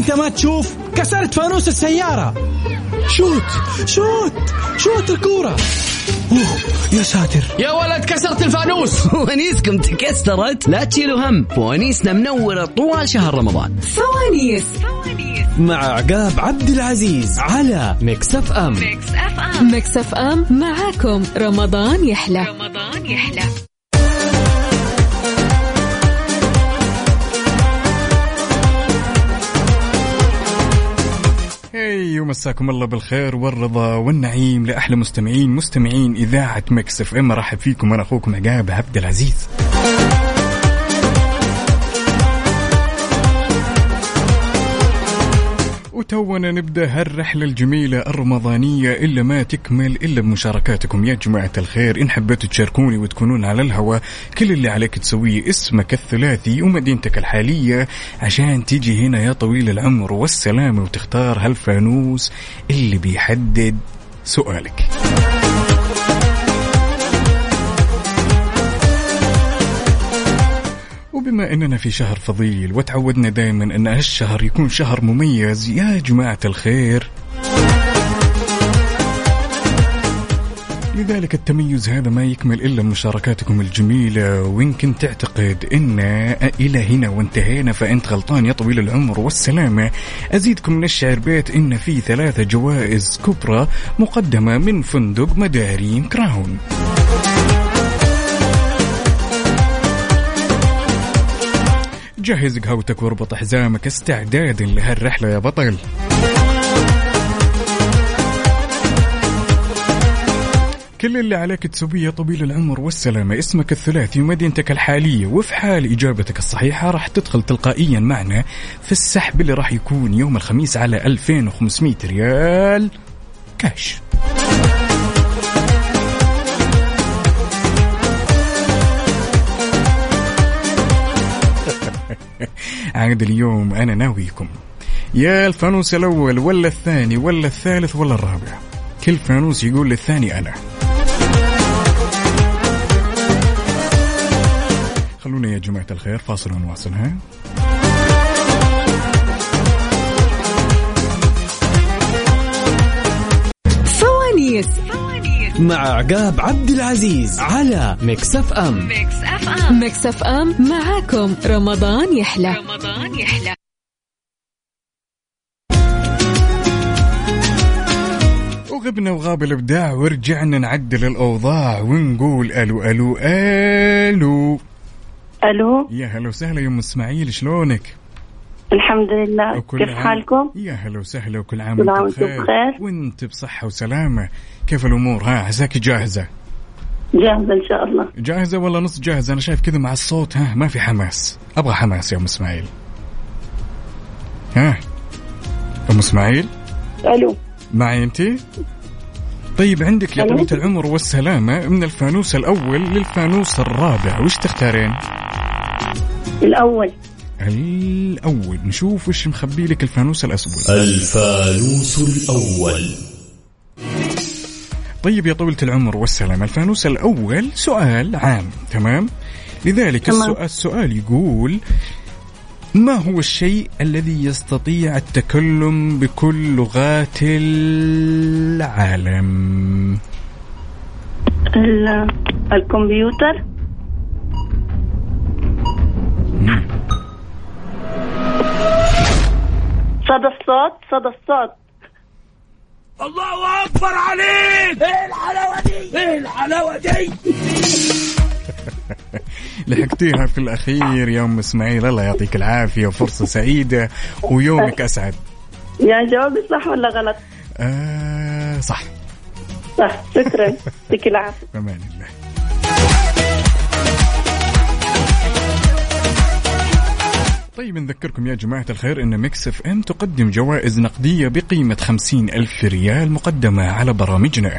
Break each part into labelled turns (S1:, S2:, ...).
S1: وانت ما تشوف كسرت فانوس السيارة. شوت الكورة. يا ساتر
S2: يا ولد كسرت الفانوس.
S3: فوانيسكم تكسرت؟ لا تشيلوا هم، فوانيسنا منورة طوال شهر رمضان.
S4: فوانيس
S1: مع عقاب عبد العزيز على ميكس اف ام.
S4: ميكس اف ام معاكم رمضان يحلى.
S5: ومساكم الله بالخير والرضا والنعيم لأحلى مستمعين إذاعة ميكس اف ام. مرحب فيكم، أنا أخوكم عقاب عبد العزيز. وتونا نبدأ هالرحلة الجميلة الرمضانية إلا ما تكمل إلا بمشاركاتكم يا جماعة الخير. إن حبيتوا تشاركوني وتكونون على الهواء، كل اللي عليك تسويه اسمك الثلاثي ومدينتك الحالية عشان تيجي هنا يا طويل العمر والسلامة وتختار هالفانوس اللي بيحدد سؤالك. وبما أننا في شهر فضيل وتعودنا دائما أن هالشهر يكون شهر مميز يا جماعة الخير، لذلك التميز هذا ما يكمل إلا مشاركاتكم الجميلة. وإن كنت تعتقد أن إلى هنا وانتهينا فأنت غلطان يا طويل العمر والسلامة. أزيدكم من الشعر بيت إن في 3 جوائز كبرى مقدمة من فندق مداريم كراون. جهز قهوتك واربط حزامك استعدادا لهالرحلة يا بطل. كل اللي عليك تسويه يا طويل العمر والسلامة اسمك الثلاثي ومدينتك الحالية، وفي حال إجابتك الصحيحة راح تدخل تلقائيا معنا في السحب اللي راح يكون يوم الخميس على 2500 ريال كاش. عاد اليوم أنا ناويكم يا الفانوس الأول ولا الثاني ولا الثالث ولا الرابع، كل فانوس يقول للثاني أنا. خلونا يا جماعة الخير فاصل ونواصلها.
S4: فوانيس
S1: مع عقاب عبد العزيز على ميكس اف ام.
S4: ميكس اف ام معاكم رمضان يحلى.
S5: وغبنا وغاب الإبداع ورجعنا نعدل الأوضاع ونقول ألو ألو ألو
S6: ألو.
S5: يا هلا وسهلا يا أم إسماعيل، شلونك؟
S6: الحمد لله، كيف حالكم؟
S5: يا هلا وسهلا وكل عام وانتم بخير وانت بصحة وسلامة. كيف الأمور؟ ها عساكي جاهزة؟
S6: جاهزة إن شاء الله.
S5: جاهزة ولا نص جاهزة؟ أنا شايف كذا مع الصوت ها ما في حماس. أبغى حماس يا أم إسماعيل. ها أم إسماعيل؟
S6: ألو
S5: معي أنتي؟ طيب عندك يا طويلة العمر والسلامة من الفانوس الأول للفانوس الرابع، وش تختارين؟
S6: الأول.
S5: نشوف وش مخبي لك الفانوس الأسود.
S1: الفانوس الأول.
S5: طيب يا طويلة العمر والسلامة، الفانوس الأول سؤال عام، تمام؟ لذلك السؤال يقول: ما هو الشيء الذي يستطيع التكلم بكل لغات العالم؟
S6: الكمبيوتر. صدى الصوت.
S2: الله أكبر عليك. ايه الحلاوة دي
S5: لحقتيها في الأخير يا أم إسماعيل، الله يعطيك العافية وفرصة سعيدة ويومك أسعد.
S6: يا جوابي صح ولا غلط؟
S5: صح.
S6: شكرا. يعطيك العافية.
S5: بأمان الله. طيب نذكركم يا جماعة الخير إن ميكس اف ام تقدم جوائز نقدية بقيمة 50,000 ريال مقدمة على برامجنا.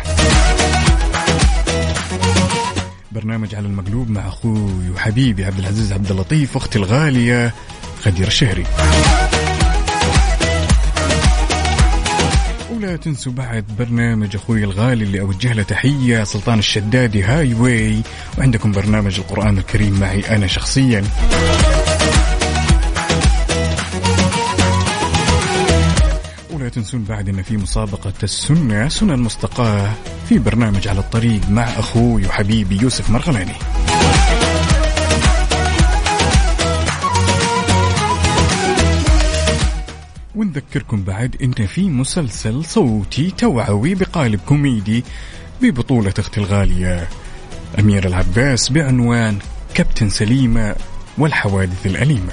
S5: برنامج على المقلوب مع أخوي وحبيبي عبد العزيز عبد اللطيف، أختي الغالية غدير الشهري. ولا تنسوا بعد برنامج أخوي الغالي اللي أوجه له تحية سلطان الشدادي هاي واي، وعندكم برنامج القرآن الكريم معي أنا شخصيا. ولا تنسون بعد أن في مسابقة السنة سنن مستقاة في برنامج على الطريق مع أخوي وحبيبي يوسف مرغلاني. ونذكركم بعد إن في مسلسل صوتي توعوي بقالب كوميدي ببطولة أختي الغالية أميرة العباس بعنوان كابتن سليمة والحوادث الأليمة.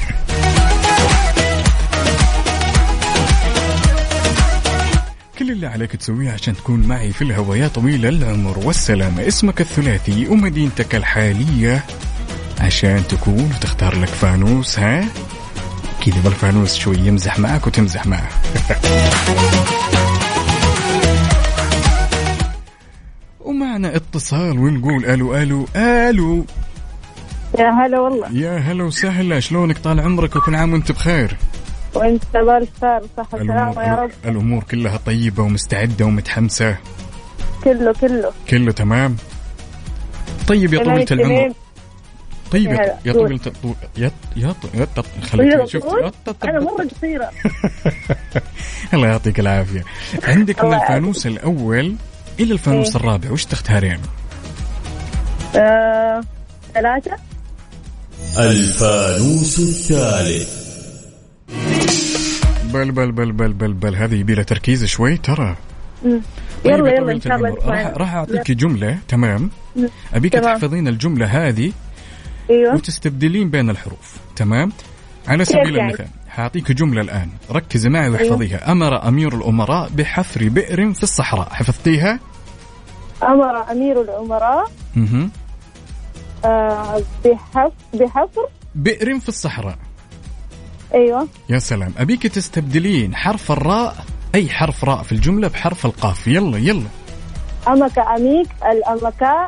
S5: كل اللي عليك تسويه عشان تكون معي في الهواء يا طويل العمر والسلامة اسمك الثلاثي ومدينتك الحالية عشان تكون وتختار لك فانوس. ها كذا بالفانوس شوي يمزح معك وتمزح معه. ومعنا اتصال ونقول ألو ألو ألو.
S6: يا هلا والله.
S5: يا هلا وسهلا، شلونك؟ طال عمرك وكل عام وانت بخير.
S6: وانت بارك خير وصحة وسلامة يا رب.
S5: الأمور كلها طيبة ومستعدة ومتحمسة.
S6: كله
S5: تمام. طيب يا طويلة العمر. طيب يا طويلة خليك شوف
S6: أنا مرة قصيرة.
S5: الله يعطيك العافية. عندك من الفانوس الأول إلى الفانوس الرابع وش تختارين؟
S6: 3.
S1: الفانوس الثالث.
S5: بل هذه يبيلها تركيز شوي ترى.
S6: يلا إن شاء الله.
S5: راح أعطيك جملة. تمام. أبيك تحفظين الجملة هذه.
S6: أيوة.
S5: وتستبدلين بين الحروف. تمام. على سبيل المثال هعطيك جملة الآن ركزي معي واحفظيها. أيوة. أمر أمير الأمراء بحفر بئر في الصحراء. حفظتيها؟
S6: أمر أمير الأمراء بحفر بئر
S5: في الصحراء.
S6: أيوة.
S5: يا سلام. أبيك تستبدلين حرف الراء أي حرف راء في الجملة بحرف القاف. يلا
S6: أمك أميك الأمكاء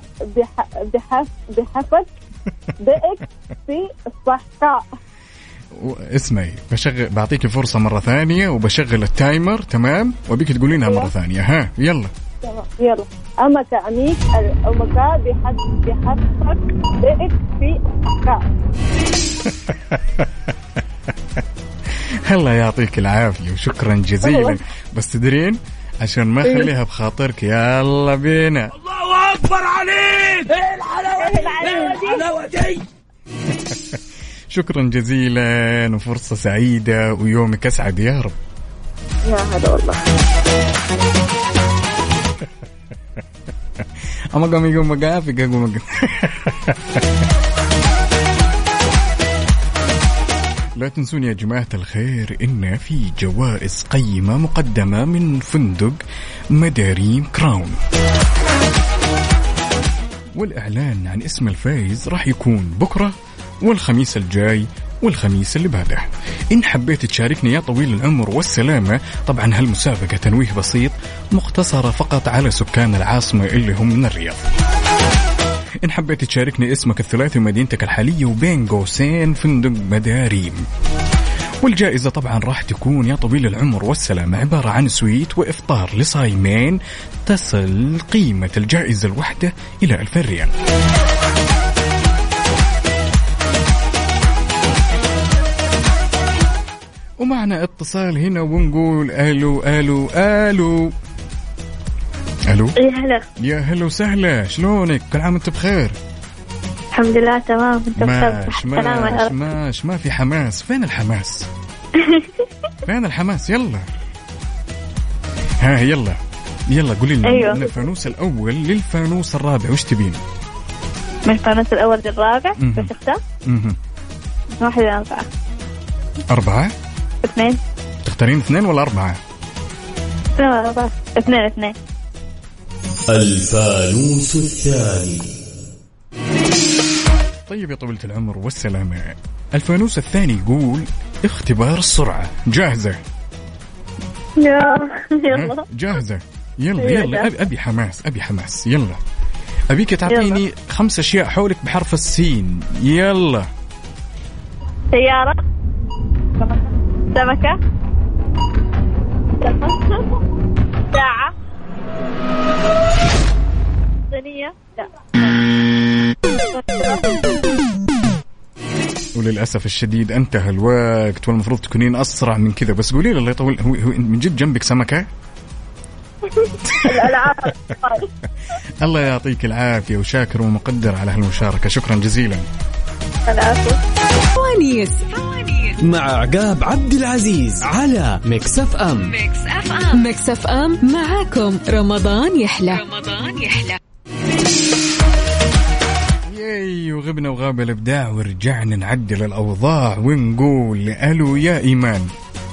S6: بحفظ بئك في الصحراء.
S5: اسمعي بعطيك فرصة مرة ثانية وبشغل التايمر. تمام. وبيك تقولينها مرة ثانية. ها يلا
S6: أمك أميك الأمكاء بحفظ بئك في الصحراء.
S5: الله يعطيك العافية وشكرا جزيلا. بس تدرين عشان ما خليها بخاطرك يلا بينا.
S2: الله أكبر عليك. الحلاوة دي.
S5: شكرا جزيلا وفرصة سعيدة ويومك أسعد يا رب.
S6: يا هذا والله.
S5: أما قام يقوم مقافق أقوم لا تنسون يا جماعة الخير إن في جوائز قيمة مقدمة من فندق مداريم كراون، والإعلان عن اسم الفائز راح يكون بكرة والخميس الجاي والخميس اللي بعده. إن حبيت تشاركني يا طويل العمر والسلامة، طبعا هالمسابقة تنويه بسيط مقتصرة فقط على سكان العاصمة اللي هم من الرياض. إن حبيت تشاركني اسمك الثلاثي ومدينتك الحالية وبين قوسين فندق مداريم. والجائزة طبعا راح تكون يا طويل العمر والسلامة عبارة عن سويت وإفطار لصايمين تصل قيمة الجائزة الواحدة إلى 2000 ريال. ومعنا اتصال هنا ونقول ألو ألو ألو ألو.
S6: يا هلا.
S5: يا هلا وسهلا، شلونك؟ كل عام وانت بخير.
S6: الحمد لله تمام.
S5: ماش ما في حماس. فين الحماس؟ فين الحماس؟ يلا ها يلا قولي لنا.
S6: أيوة.
S5: من الفانوس الأول للفانوس الرابع وش تبين؟
S6: من الفانوس الأول للرابع بس اختار 1 إلى 4.
S5: 4
S6: 2.
S5: تختارين 2 ولا 4؟
S6: 2.
S1: الفانوس الثاني.
S5: طيب يا طويلة العمر والسلامة، الفانوس الثاني يقول اختبار السرعة. جاهزة؟
S6: يلا
S5: جاهزة. يلا أبي حماس. يلا أبيك تعطيني 5 أشياء حولك بحرف السين. يلا.
S6: سيارة، سمكة، ساعة، صينية. لا
S5: وللأسف الشديد انتهى الوقت، والمفروض تكونين أسرع من كذا. بس قولي لي الله يطول، هو من جد جنبك سمكة؟ الله يعطيك العافية، وشاكر ومقدر على هالمشاركة، شكرا جزيلا.
S4: فوانيس
S1: مع عقاب عبد العزيز على ميكس اف ام.
S4: ميكس اف ام معاكم رمضان يحلى.
S5: ياي وغبنا وغاب الإبداع، ورجعنا نعدل الأوضاع ونقول ألو يا إيمان.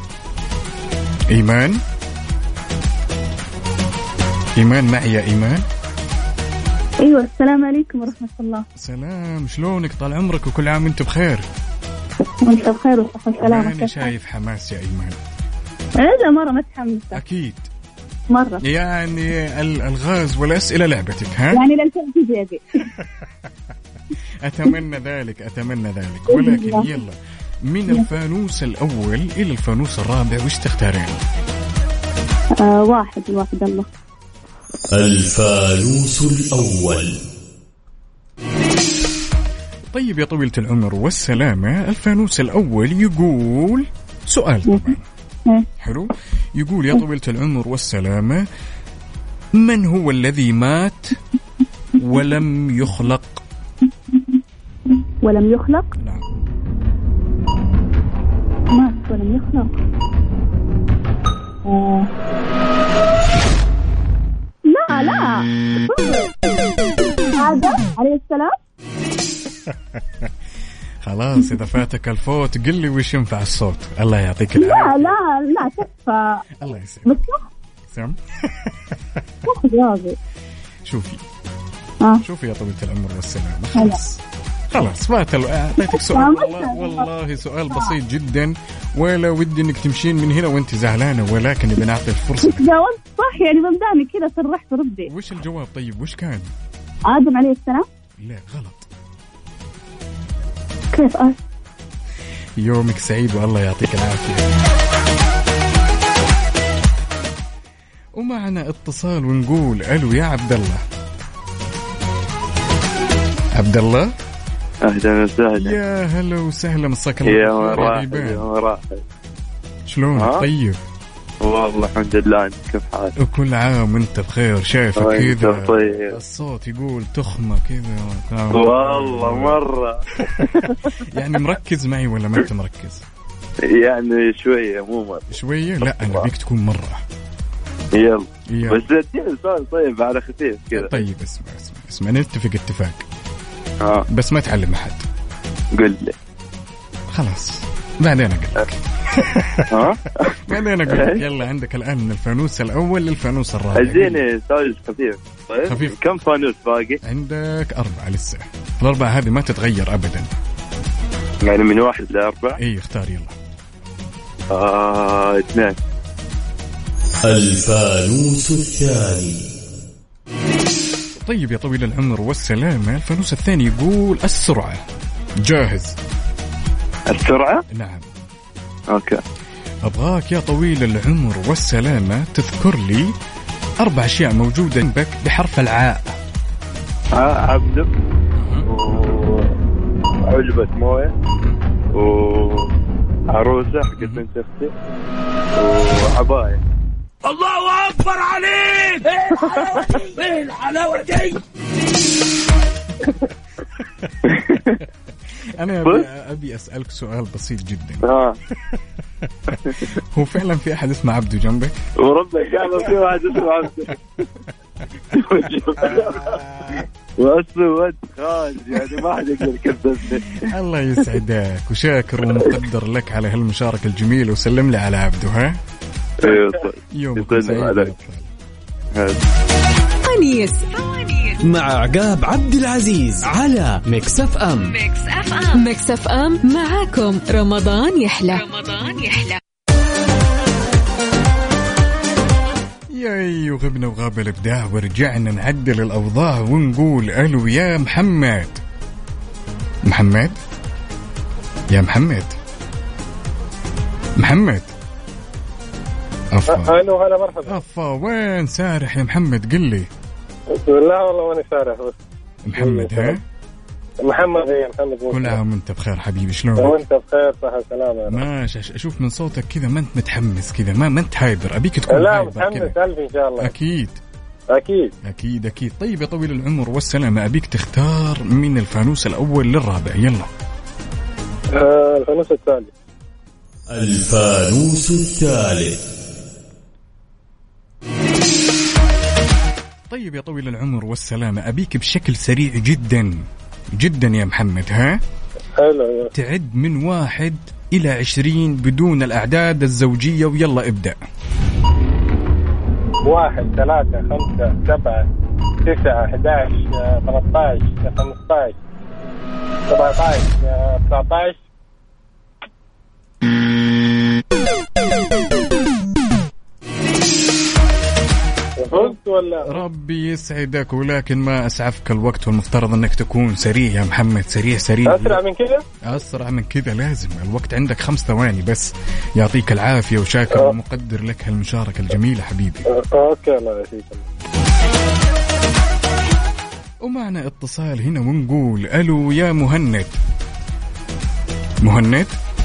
S5: إيمان معي يا إيمان؟
S6: أيوة، السلام عليكم ورحمة الله.
S5: سلام، شلونك؟ طال عمرك وكل عام وانت بخير.
S6: وانت بخير وصحة وسلامة.
S5: أنا شايف حماس يا إيمان.
S6: لا مرة متحمسة.
S5: أكيد
S6: مرة،
S5: يعني الغاز والأسئلة لعبتك، ها؟
S6: يعني للفعل زيادة.
S5: أتمنى ذلك، ولكن يلا، من الفانوس الأول إلى الفانوس الرابع وش تختارين؟
S6: واحد الله.
S1: الفانوس الأول.
S5: طيب يا طويلة العمر والسلامة، الفانوس الأول يقول سؤال طبعا حلو، يقول يا طويلة العمر والسلامة، من هو الذي مات ولم يخلق؟
S6: نعم. مات ولم يخلق. لا هذا عليه السلام.
S5: خلاص إذا فاتك الفوت قل لي وش ينفع الصوت. الله يعطيك العافية.
S6: لا تكفى.
S5: الله يسعدك. سم. شوفي يا طويلة العمر والسلامة، خلاص فات أعطيتك سؤال. والله سؤال بسيط جدا، ولا ودي انك تمشين من هنا وانت زعلانة، ولكن بنعطي الفرصة.
S6: جاوبت صح يعني، بمداني كذا سرحت ردي.
S5: وش الجواب طيب؟ وش كان؟
S6: آدم عليه السلام.
S5: لا غلط.
S6: كيف
S5: يومك سعيد والله يعطيك العافية. ومعنا اتصال ونقول ألو يا عبد الله.
S7: أهلا وسهلا.
S5: يا هلا وسهلا، مساك الله
S7: يا مرحبا.
S5: شلونك؟ طيب
S7: والله الحمد لله، أنت كيف حالك؟
S5: وكل عام وانت بخير. شايفك كذا
S7: طيب.
S5: الصوت يقول تخمة كذا.
S7: والله مرة.
S5: يعني مركز معي ولا ما انت مركز؟
S7: يعني شوية مو مرة.
S5: شوية؟ لا أنا بيك تكون مرة.
S7: يلا. بس اديني سؤال طيب على خفيف كذا.
S5: طيب اسمع نتفق اتفاق. بس ما تعلم أحد.
S7: قل لي.
S5: خلاص بعدين أقول لك. بعدين أقول لك. يلا عندك الآن من الفانوس الأول للفانوس الرابع.
S7: اديني سؤال خفيف. طيب خفيف. كم فانوس باقي؟
S5: عندك 4 لسه. الأربعة هذه ما تتغير أبدا،
S7: يعني من 1 ل4.
S5: اي اختار يلا.
S7: 2.
S1: الفانوس الثاني.
S5: طيب يا طويل العمر والسلامة، الفانوس الثاني يقول السرعة. جاهز؟
S7: السرعة؟
S5: نعم.
S7: اوكي.
S5: أبغاك يا طويل العمر والسلامة تذكر لي 4 أشياء موجودة جنبك بحرف العاء.
S7: عبد، وعلبة موية، وعروسة حقت بنت أختي، وعباية.
S2: الله أكبر عليك. ايه الحلاوة دي.
S5: أنا أبي أسألك سؤال بسيط جدا. هو فعلا في أحد اسمه عبده جنبك؟
S7: وربك يعني في واحد اسمه عبده. وأسود خالد، يعني ما حد يقدر يكذبني.
S5: الله يسعدك، وشاكر ومقدر لك على هالمشاركة الجميلة، وسلم لي على عبده. ها يومك سعيد.
S4: فوانيس
S1: مع عقاب عبد العزيز على ميكس اف ام.
S4: ميكس اف ام معاكم رمضان يحلى.
S5: ياي وغبنا وغاب الإبداع، ورجعنا نعدل الأوضاع ونقول ألو يا محمد. يا محمد.
S8: ألو هلا مرحبا.
S5: وين سارح يا محمد؟ قل لي.
S8: بسم الله والله وأنا سارح بس.
S5: محمد ها؟
S8: محمد موسى.
S5: كل عام وانت بخير حبيبي، شلونك؟
S8: وانت بخير صحة وسلامة.
S5: ماشي، اشوف من صوتك كذا ما انت متحمس كذا، ما انت هايبر، ابيك تكون
S8: لا
S5: هايبر
S8: متحمس
S5: كذا.
S8: ألف إن شاء الله.
S5: أكيد. طيب يا طويل العمر والسلامة، أبيك تختار من الفانوس الأول للرابع، يلا.
S8: الفانوس الثالث.
S1: الفانوس الثالث.
S5: طيب يا طويل العمر والسلامة، أبيك بشكل سريع جدا جدا يا محمد، ها؟
S8: حلو.
S5: تعد من 1 إلى 20 بدون الأعداد الزوجية، ويلا ابدأ.
S8: 1 3 5 7 9 11 13 15 17 19. ولا
S5: ربي يسعدك، ولكن ما أسعفك الوقت، والمفترض أنك تكون سريع يا محمد، سريع.
S8: أسرع من كذا؟
S5: أسرع من كذا لازم، الوقت عندك 5 ثواني بس. يعطيك العافية وشاكر ومقدر لك هالمشاركة الجميلة حبيبي.
S8: أوكي الله يعافيك.
S5: ومعنا اتصال هنا ونقول ألو يا مهند. مهند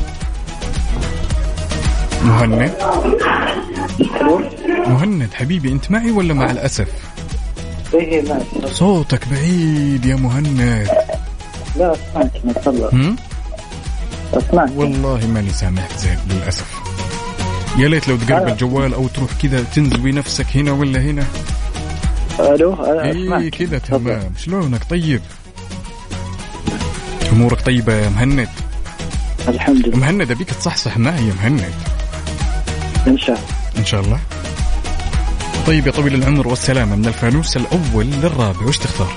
S5: حبيبي، أنت معي ولا مع الأسف؟
S8: إيه معي.
S5: صوتك بعيد يا مهند.
S8: لا أسمعك نتطلع. أسمعك.
S5: والله ماني سامعك زين للأسف. يا ليت لو تقرب الجوال أو تروح كذا تنزوي نفسك هنا ولا هنا.
S8: ألو
S5: إيه كذا تمام. شلونك؟ طيب أمورك طيبة يا مهند؟
S8: الحمد لله.
S5: مهند أبيك تصحصح معي يا مهند. إن شاء الله. طيب يا طويل العمر والسلامة، من الفانوس الأول للرابع وش تختار؟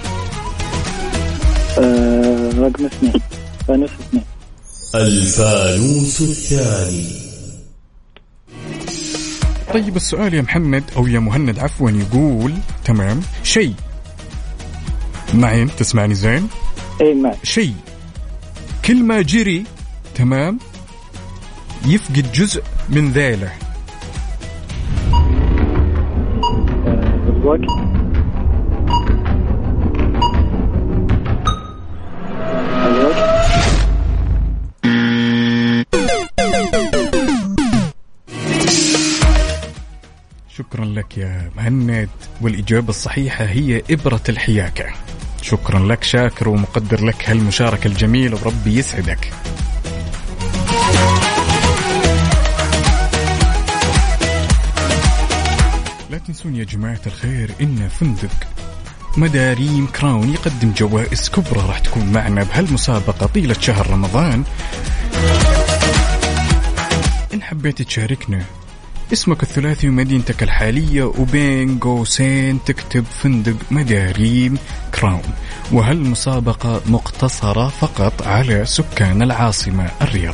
S8: رقم 2. فانوس 2.
S1: الفانوس الثاني.
S5: طيب السؤال يا محمد أو يا مهند عفوا يقول تمام، شيء معين، تسمعني زين؟
S8: إيه معي.
S5: شيء كل ما جري تمام يفقد جزء من ذيله.
S8: الوقت.
S5: شكرا لك يا مهند، والإجابة الصحيحة هي إبرة الحياكة. شكرا لك، شاكر ومقدر لك هالمشاركة الجميلة وربي يسعدك. لا تنسون يا جماعة الخير إن فندق مداريم كراون يقدم جوائز كبرى راح تكون معنا بهالمسابقة طيلة شهر رمضان. إن حبيت تشاركنا اسمك الثلاثي ومدينتك الحالية وبين قوسين تكتب فندق مداريم كراون. وهالمسابقة مقتصرة فقط على سكان العاصمة الرياض.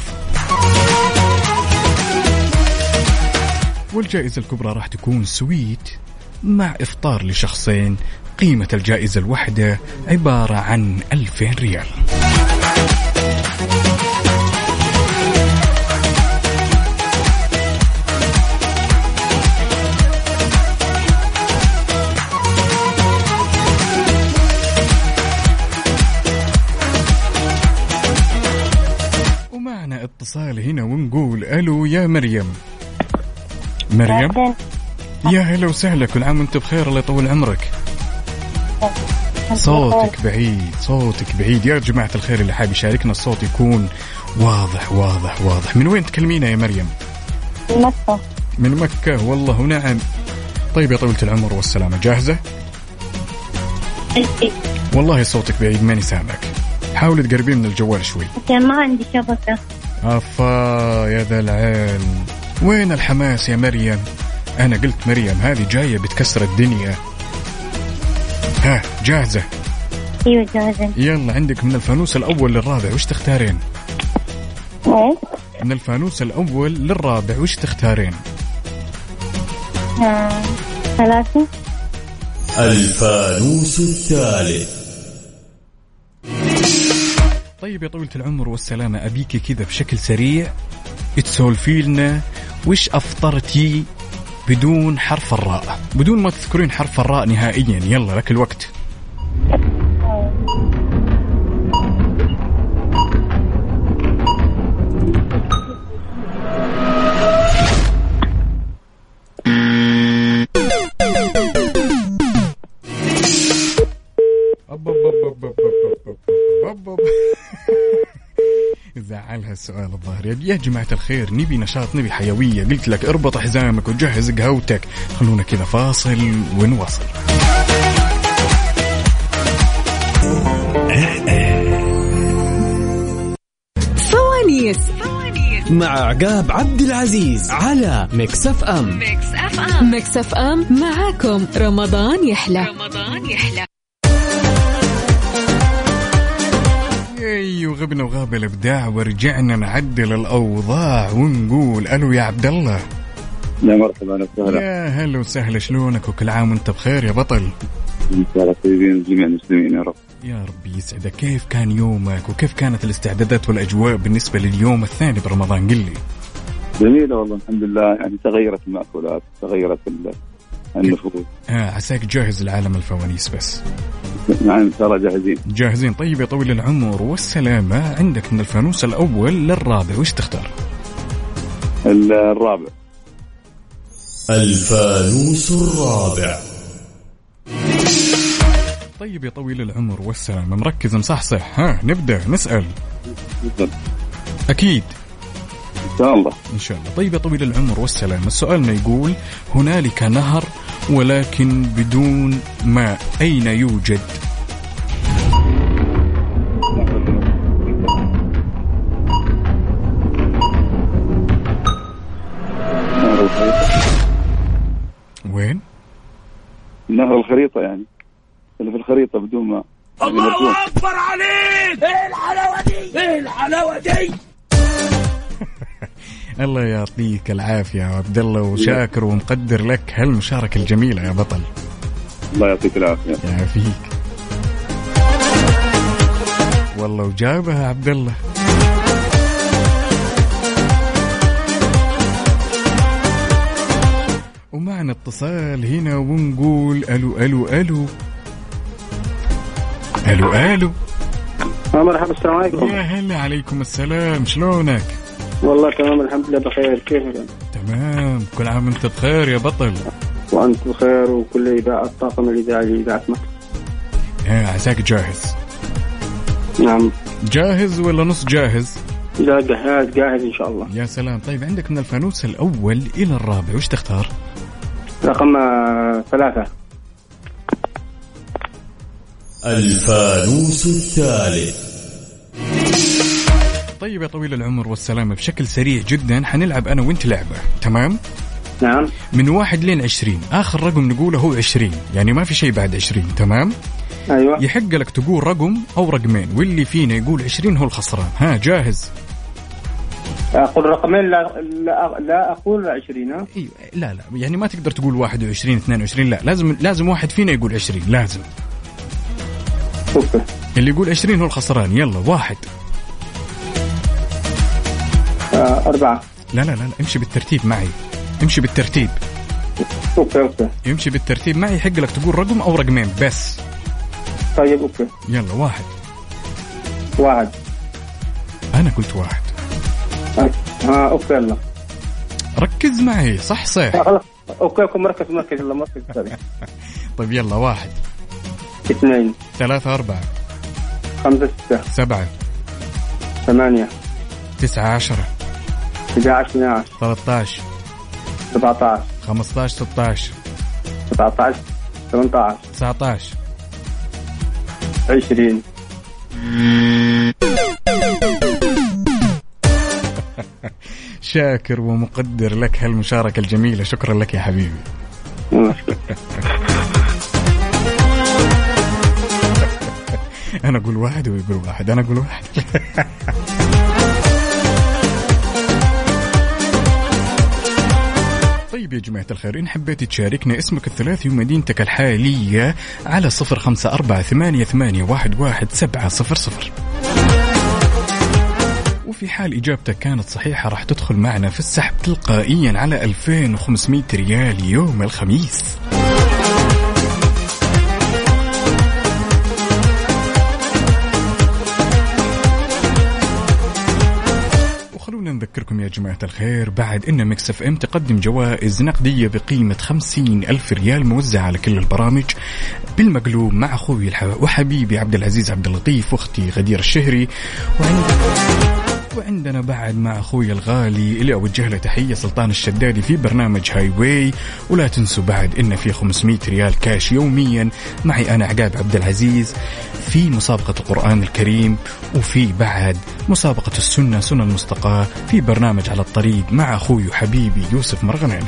S5: والجائزة الكبرى راح تكون سويت مع إفطار لشخصين، قيمة الجائزة الواحدة عبارة عن 2000 ريال. ومعنا اتصال هنا ونقول ألو يا مريم. يا هلا وسهلا، كل عام وانت بخير، الله يطول عمرك. صوتك بعيد يا جماعة الخير، اللي حاب يشاركنا الصوت يكون واضح. من وين تكلمينا يا مريم؟ من مكة والله نعم. طيب يا طويلة العمر والسلامة، جاهزة؟ والله صوتك بعيد ماني سامعك، حاول تقربين من الجوال شوي.
S6: ما عندي شبكة.
S5: أفا يا ذا العلم، وين الحماس يا مريم؟ أنا قلت مريم هذه جاية بتكسر الدنيا. ها جاهزة؟
S6: ايوه جاهزة.
S5: يلا عندك من الفانوس الأول للرابع وش تختارين؟
S6: ايه؟
S5: من الفانوس الأول للرابع وش تختارين؟
S6: 3.
S1: الفانوس الثالث.
S5: طيب يا طويلة العمر والسلامة، أبيكي كذا بشكل سريع تسولفي لنا وش أفطرتي بدون حرف الراء، بدون ما تذكرين حرف الراء نهائيا. يلا لك الوقت. زعلها السؤال الظاهر. يا جماعة الخير، نبي نشاط، نبي حيوية. قلت لك اربط حزامك وجهز قهوتك. خلونا كذا فاصل ونواصل.
S4: فوانيس
S1: مع عقاب عبد العزيز على ميكس اف ام.
S4: ميكس اف ام معاكم رمضان يحلى.
S5: وغبنا وغاب الابداع ورجعنا نعدل الاوضاع ونقول الو يا عبد الله.
S7: يا مرحبا وسهلا.
S5: يا هلا وسهلا، شلونك وكل عام وانت بخير يا بطل؟
S7: ان شاء الله طيبين جميع المسلمين يا رب.
S5: يا رب يسعدك. كيف كان يومك وكيف كانت الاستعدادات والاجواء بالنسبه لليوم الثاني برمضان؟ قل لي.
S7: جميله والله الحمد لله، يعني تغيرت المأكولات، تغيرت النفوس.
S5: عساك جاهز لعالم الفوانيس بس؟
S7: نعم ان شاء الله
S5: جاهزين. طيب يا طويل العمر والسلامة، عندك من الفانوس الأول للرابع وش تختار؟
S7: الرابع.
S1: الفانوس الرابع.
S5: طيب يا طويل العمر والسلامة، مركز مصحصح؟ نبدأ نسأل. أكيد
S7: إن شاء الله.
S5: إن شاء الله. طيب يا طويل العمر والسلامة، سؤالنا يقول هنالك نهر ولكن بدون ماء، أين يوجد؟ وين؟
S7: نهر الخريطة، يعني اللي في الخريطة بدون ماء.
S2: الله أكبر عليك. ايه الحلاوة دي، ايه الحلاوة دي.
S5: الله يعطيك العافية يا عبد الله، وشاكر ومقدر لك هالمشاركة الجميلة يا بطل.
S7: الله يعطيك العافية.
S5: يعافيك والله. وجابها عبد الله. ومعنا اتصال هنا ونقول الو الو الو الو الو.
S8: مرحبا، السلام عليكم.
S5: يا هلا، عليكم السلام، شلونك؟
S8: والله تمام الحمد لله بخير. كيفك؟
S5: تمام، كل عام وانت بخير يا بطل.
S8: وانت بخير وكل إذاعة الطاقم الإذاعي لإذاعة مكة.
S5: عساك جاهز؟
S8: نعم. جاهز
S5: ولا نص جاهز؟
S8: لا جاهز إن شاء الله.
S5: يا سلام. طيب عندك من الفانوس الأول إلى الرابع وش تختار؟
S8: رقم 3.
S1: الفانوس الثالث.
S5: طيب يا طويل العمر والسلامة، بشكل سريع جدا حنلعب أنا وانت لعبة، تمام؟
S8: نعم.
S5: من 1 لين 20، آخر رقم نقوله هو 20، يعني ما في شيء بعد 20، تمام؟
S8: أيوة.
S5: يحق لك تقول رقم أو رقمين، واللي فينا يقول 20 هو الخسران. جاهز؟
S8: أقول رقمين؟ لا أقول 20.
S5: أيوة. لا يعني ما تقدر تقول 21 22، لا لازم واحد فينا يقول 20 لازم.
S8: أوكي.
S5: اللي يقول 20 هو الخسران. يلا 1.
S8: 4.
S5: لا امشي بالترتيب معي، امشي بالترتيب.
S8: اوكي.
S5: امشي بالترتيب معي، يحق لك تقول رقم او رقمين بس.
S8: طيب اوكي.
S5: يلا 1. انا قلت 1.
S8: اوكي يلا
S5: ركز معي. صح
S8: اوكي مركز يلا مركز.
S5: طيب يلا 1
S8: 2
S5: 3 4
S8: 5 6
S5: 7
S8: 8
S5: 9 10
S8: 11 12
S5: 13
S8: 14
S5: 15 16
S8: 17 18
S5: 19
S8: 20.
S5: شاكر ومقدر لك هالمشاركة الجميلة، شكرا لك يا حبيبي. أنا أقول 1 ويقول 1، أنا أقول 1. طيب يا جماعة الخير، إن حبيت تشاركنا اسمك الثلاثي ومدينتك الحالية على 0548811700. وفي حال إجابتك كانت صحيحة راح تدخل معنا في السحب تلقائيا على 2500 ريال يوم الخميس. خلونا نذكركم يا جماعة الخير بعد إن ميكس اف ام تقدم جوائز نقدية بقيمة 50,000 ريال موزعة على كل البرامج بالمقلوب مع أخوي وحبيبي عبد العزيز عبد اللطيف وأختي غدير الشهري. وعندنا بعد مع أخوي الغالي اللي أوجه له تحية سلطان الشدادي في برنامج هاي واي. ولا تنسوا بعد إن في 500 ريال كاش يوميا معي أنا عقاب عبد العزيز في مسابقة القرآن الكريم، وفي بعد مسابقة السنة سنة المستقاة في برنامج على الطريق مع أخوي وحبيبي يوسف مرغناني.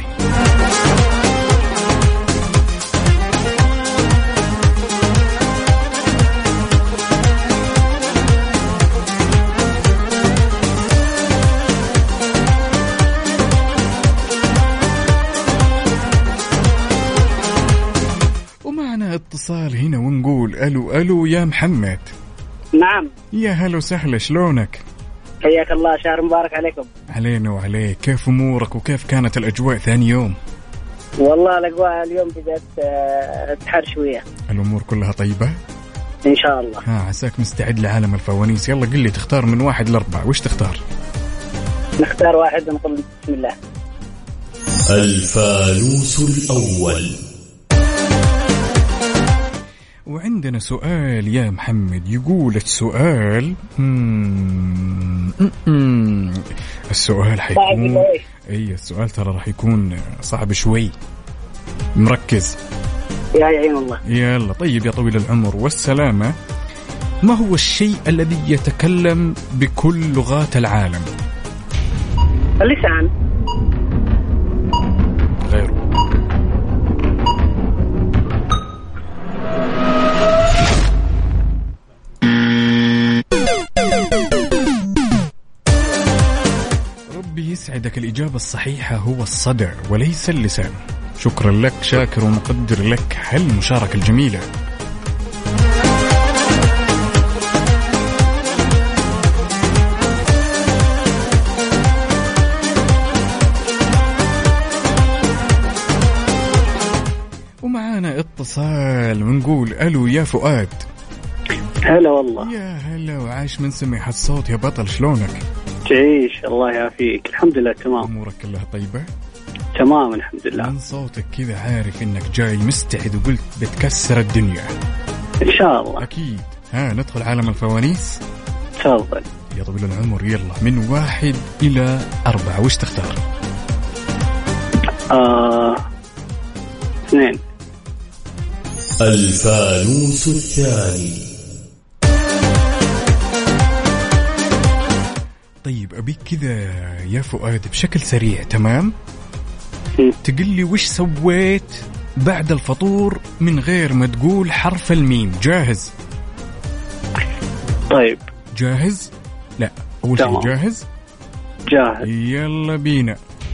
S5: اتصال هنا ونقول ألو ألو يا محمد.
S9: نعم
S5: يا هلا وسهلا، شلونك؟
S9: حياك الله، شهر مبارك عليكم.
S5: علينا وعليك، كيف أمورك وكيف كانت الأجواء ثاني يوم؟
S9: والله الأجواء اليوم بدأت تحر شوية.
S5: الأمور كلها طيبة؟
S9: إن شاء الله.
S5: عساك مستعد لعالم الفوانيس. يلا قل لي تختار من 1 ل4، وش تختار؟
S9: نختار 1 ونقول بسم الله.
S1: الفانوس الأول.
S5: وعندنا سؤال يا محمد، يقول السؤال السؤال حيكون السؤال ترى راح يكون صعب شوي، مركز
S9: يا عين الله.
S5: يلا طيب يا طويل العمر والسلامة، ما هو الشيء الذي يتكلم بكل لغات العالم؟
S9: اللسان.
S5: غيره. يسعدك، الإجابة الصحيحة هو الصدع وليس اللسان. شكرا لك، شاكر ومقدر لك هالمشاركة الجميلة. ومعانا اتصال ونقول ألو يا فؤاد.
S8: هلا والله.
S5: يا هلا وعاش من سمع الصوت يا بطل، شلونك؟
S8: تعيش الله يعافيك. الحمد لله تمام.
S5: أمورك كلها طيبة؟
S8: تمام الحمد لله.
S5: من صوتك كذا عارف إنك جاي مستعد وقلت بتكسر الدنيا.
S8: إن شاء الله.
S5: أكيد. ندخل عالم الفوانيس.
S8: تفضل
S5: يا طويل العمر. يلا من 1 إلى 4 وش تختار؟
S8: 2.
S1: الفانوس الثاني.
S5: طيب أبيك كذا يا فؤاد بشكل سريع، تمام؟ تقول لي وش سويت بعد الفطور من غير ما تقول حرف الميم. جاهز؟
S8: طيب
S5: جاهز؟ لا أول شيء جاهز؟
S8: جاهز.
S5: يلا بينا.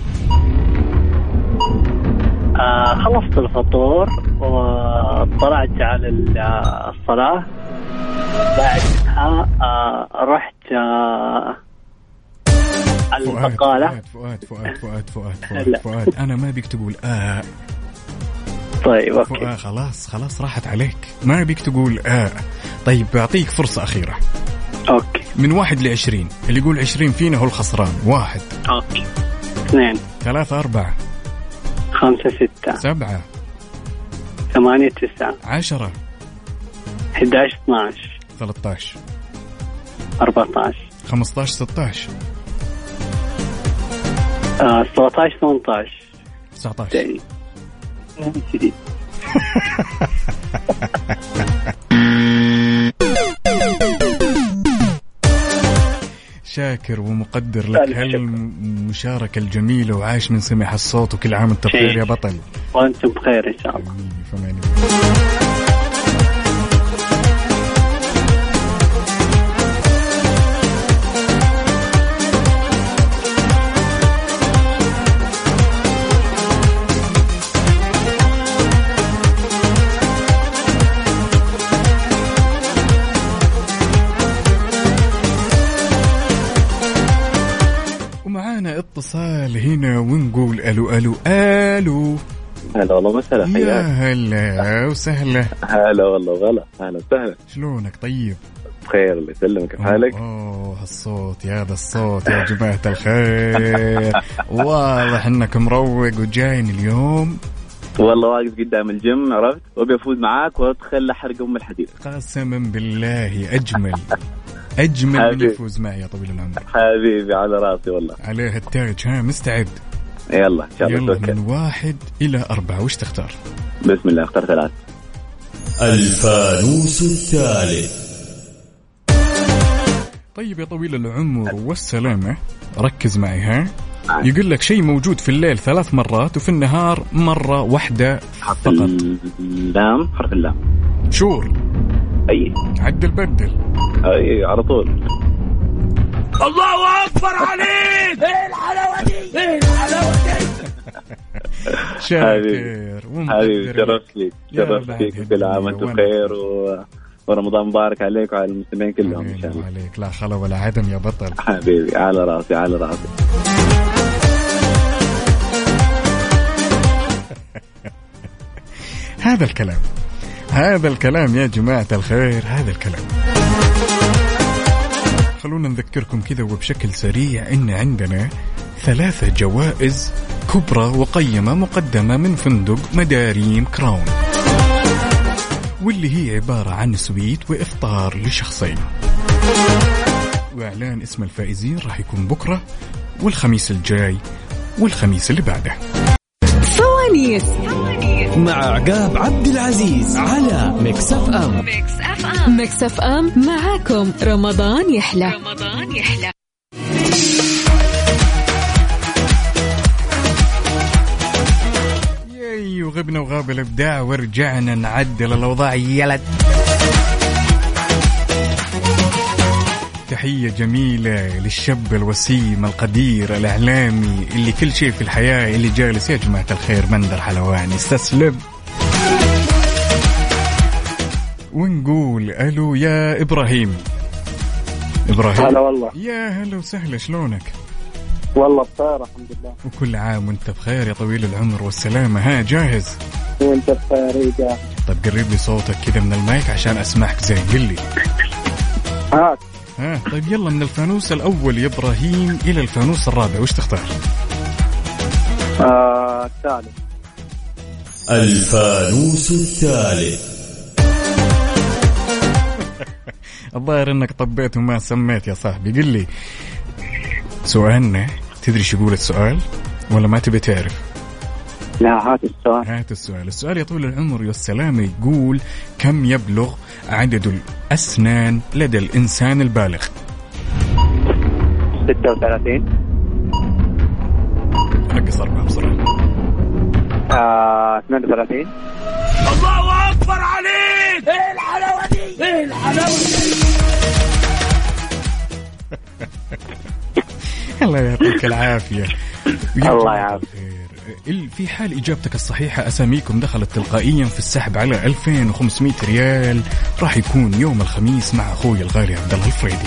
S8: خلصت الفطور وطلعت على الصلاة، بعدها رحت على البقالة.
S5: فؤاد أنا ما بيك تقول
S8: طيب أوكي.
S5: خلاص راحت عليك، ما بيك تقول طيب بعطيك فرصة أخيرة.
S8: أوكي.
S5: من 1 ل20، اللي يقول 20 فينا هو الخسران. 1.
S8: أوكي. 2.
S5: 3 4
S8: 5 6
S5: 7
S8: 8 9
S5: 10
S8: 11 12
S5: 13
S8: 14
S5: 15 16
S8: 17 18
S5: 19. شاكر ومقدر لك هالمشاركة الجميلة، وعايش من سمع الصوت، وكل عام وانت بخير يا بطل.
S8: وانتم بخير إن شاء الله.
S5: اتصال هنا ونقول ألو ألو ألو.
S7: هلا والله مسهلا.
S5: يا هلا وسهلا.
S7: هلا والله غلا. هلا وسهلا.
S5: شلونك؟ طيب
S7: بخير الله يسلمك. كيف حالك؟
S5: الصوت يا هذا الصوت يا جماعة الخير. واضح انك مروق وجاين اليوم.
S7: والله واقف قدام الجيم عرفت وابي افوز معاك وادخل لحرق ام الحديد.
S5: قسما بالله اجمل من يفوز معي يا طويل العمر.
S7: حبيبي على راسي والله.
S5: عليه التاج. ها مستعد؟
S7: يلا ان شاء الله.
S5: يلا من 1 إلى 4 وش تختار؟
S7: بسم الله اختار 3.
S1: الفانوس الثالث.
S5: طيب يا طويل العمر والسلامة ركز معي. ها يقول لك شيء موجود في الليل 3 مرات وفي النهار مرة واحدة فقط.
S7: اللام. حرف اللام.
S5: شور.
S7: أي
S5: عدل بدل.
S7: أي على طول.
S2: الله أكبر عليك. إيه الحلاوة دي. إيه الحلاوة دي.
S5: شاكر
S7: حبيبي شرف ليك كل عام وانتم بخير ورمضان مبارك عليك وعلى المسلمين كلهم ان شاء الله.
S5: عليك لا خلا ولا عدم يا بطل.
S7: حبيبي على راسي على راسي.
S5: هذا الكلام يا جماعة الخير. هذا الكلام خلونا نذكركم كذا وبشكل سريع إن عندنا 3 جوائز كبرى وقيمة مقدمة من فندق مداريم كراون، واللي هي عبارة عن سويت وإفطار لشخصين. وإعلان اسم الفائزين راح يكون بكرة والخميس الجاي والخميس اللي بعده.
S4: فوانيس
S1: مع عقاب عبد العزيز على ميكس اف ام.
S4: ميكس اف ام معاكم رمضان يحلى.
S5: ياي وغبنا وغاب الابداع ورجعنا نعدل الاوضاع. يلد تحية جميلة للشاب الوسيم القدير الإعلامي اللي كل شيء في الحياة اللي جالس يا جماعة الخير مندر حلواني. استسلم ونقول ألو يا إبراهيم.
S8: هلا والله.
S5: يا هلا وسهلا شلونك؟
S8: والله بخير الحمد لله.
S5: وكل عام وانت بخير يا طويل العمر والسلامة. ها جاهز؟
S8: وانت بخير جاهز.
S5: طيب قرب لي صوتك كذا من المايك عشان أسمعك زين. قل لي. طيب يلا من الفانوس الأول يا إبراهيم إلى الفانوس الرابع وش تختار؟
S8: الثالث.
S1: الفانوس الثالث.
S5: الظاهر انك طبيت وما سميت يا صاحبي. قل لي سؤالنا تدري شو يقول السؤال ولا ما تبي تعرف؟
S8: لا هات
S5: السؤال. السؤال يا طول العمر والسلامة يقول كم يبلغ عدد الأسنان لدى الإنسان البالغ؟
S8: 36.
S5: نقص 4 بسرعة.
S8: 32.
S2: الله أكبر عليك. إيه الحلاوة دي. إيه الحلاوة دي.
S5: الله يعطيك العافية.
S8: الله يعافيك.
S5: في حال إجابتك الصحيحة أساميكم دخلت تلقائيا في السحب على 2500 ريال راح يكون يوم الخميس مع أخوي الغالي عبد الله الفريدي.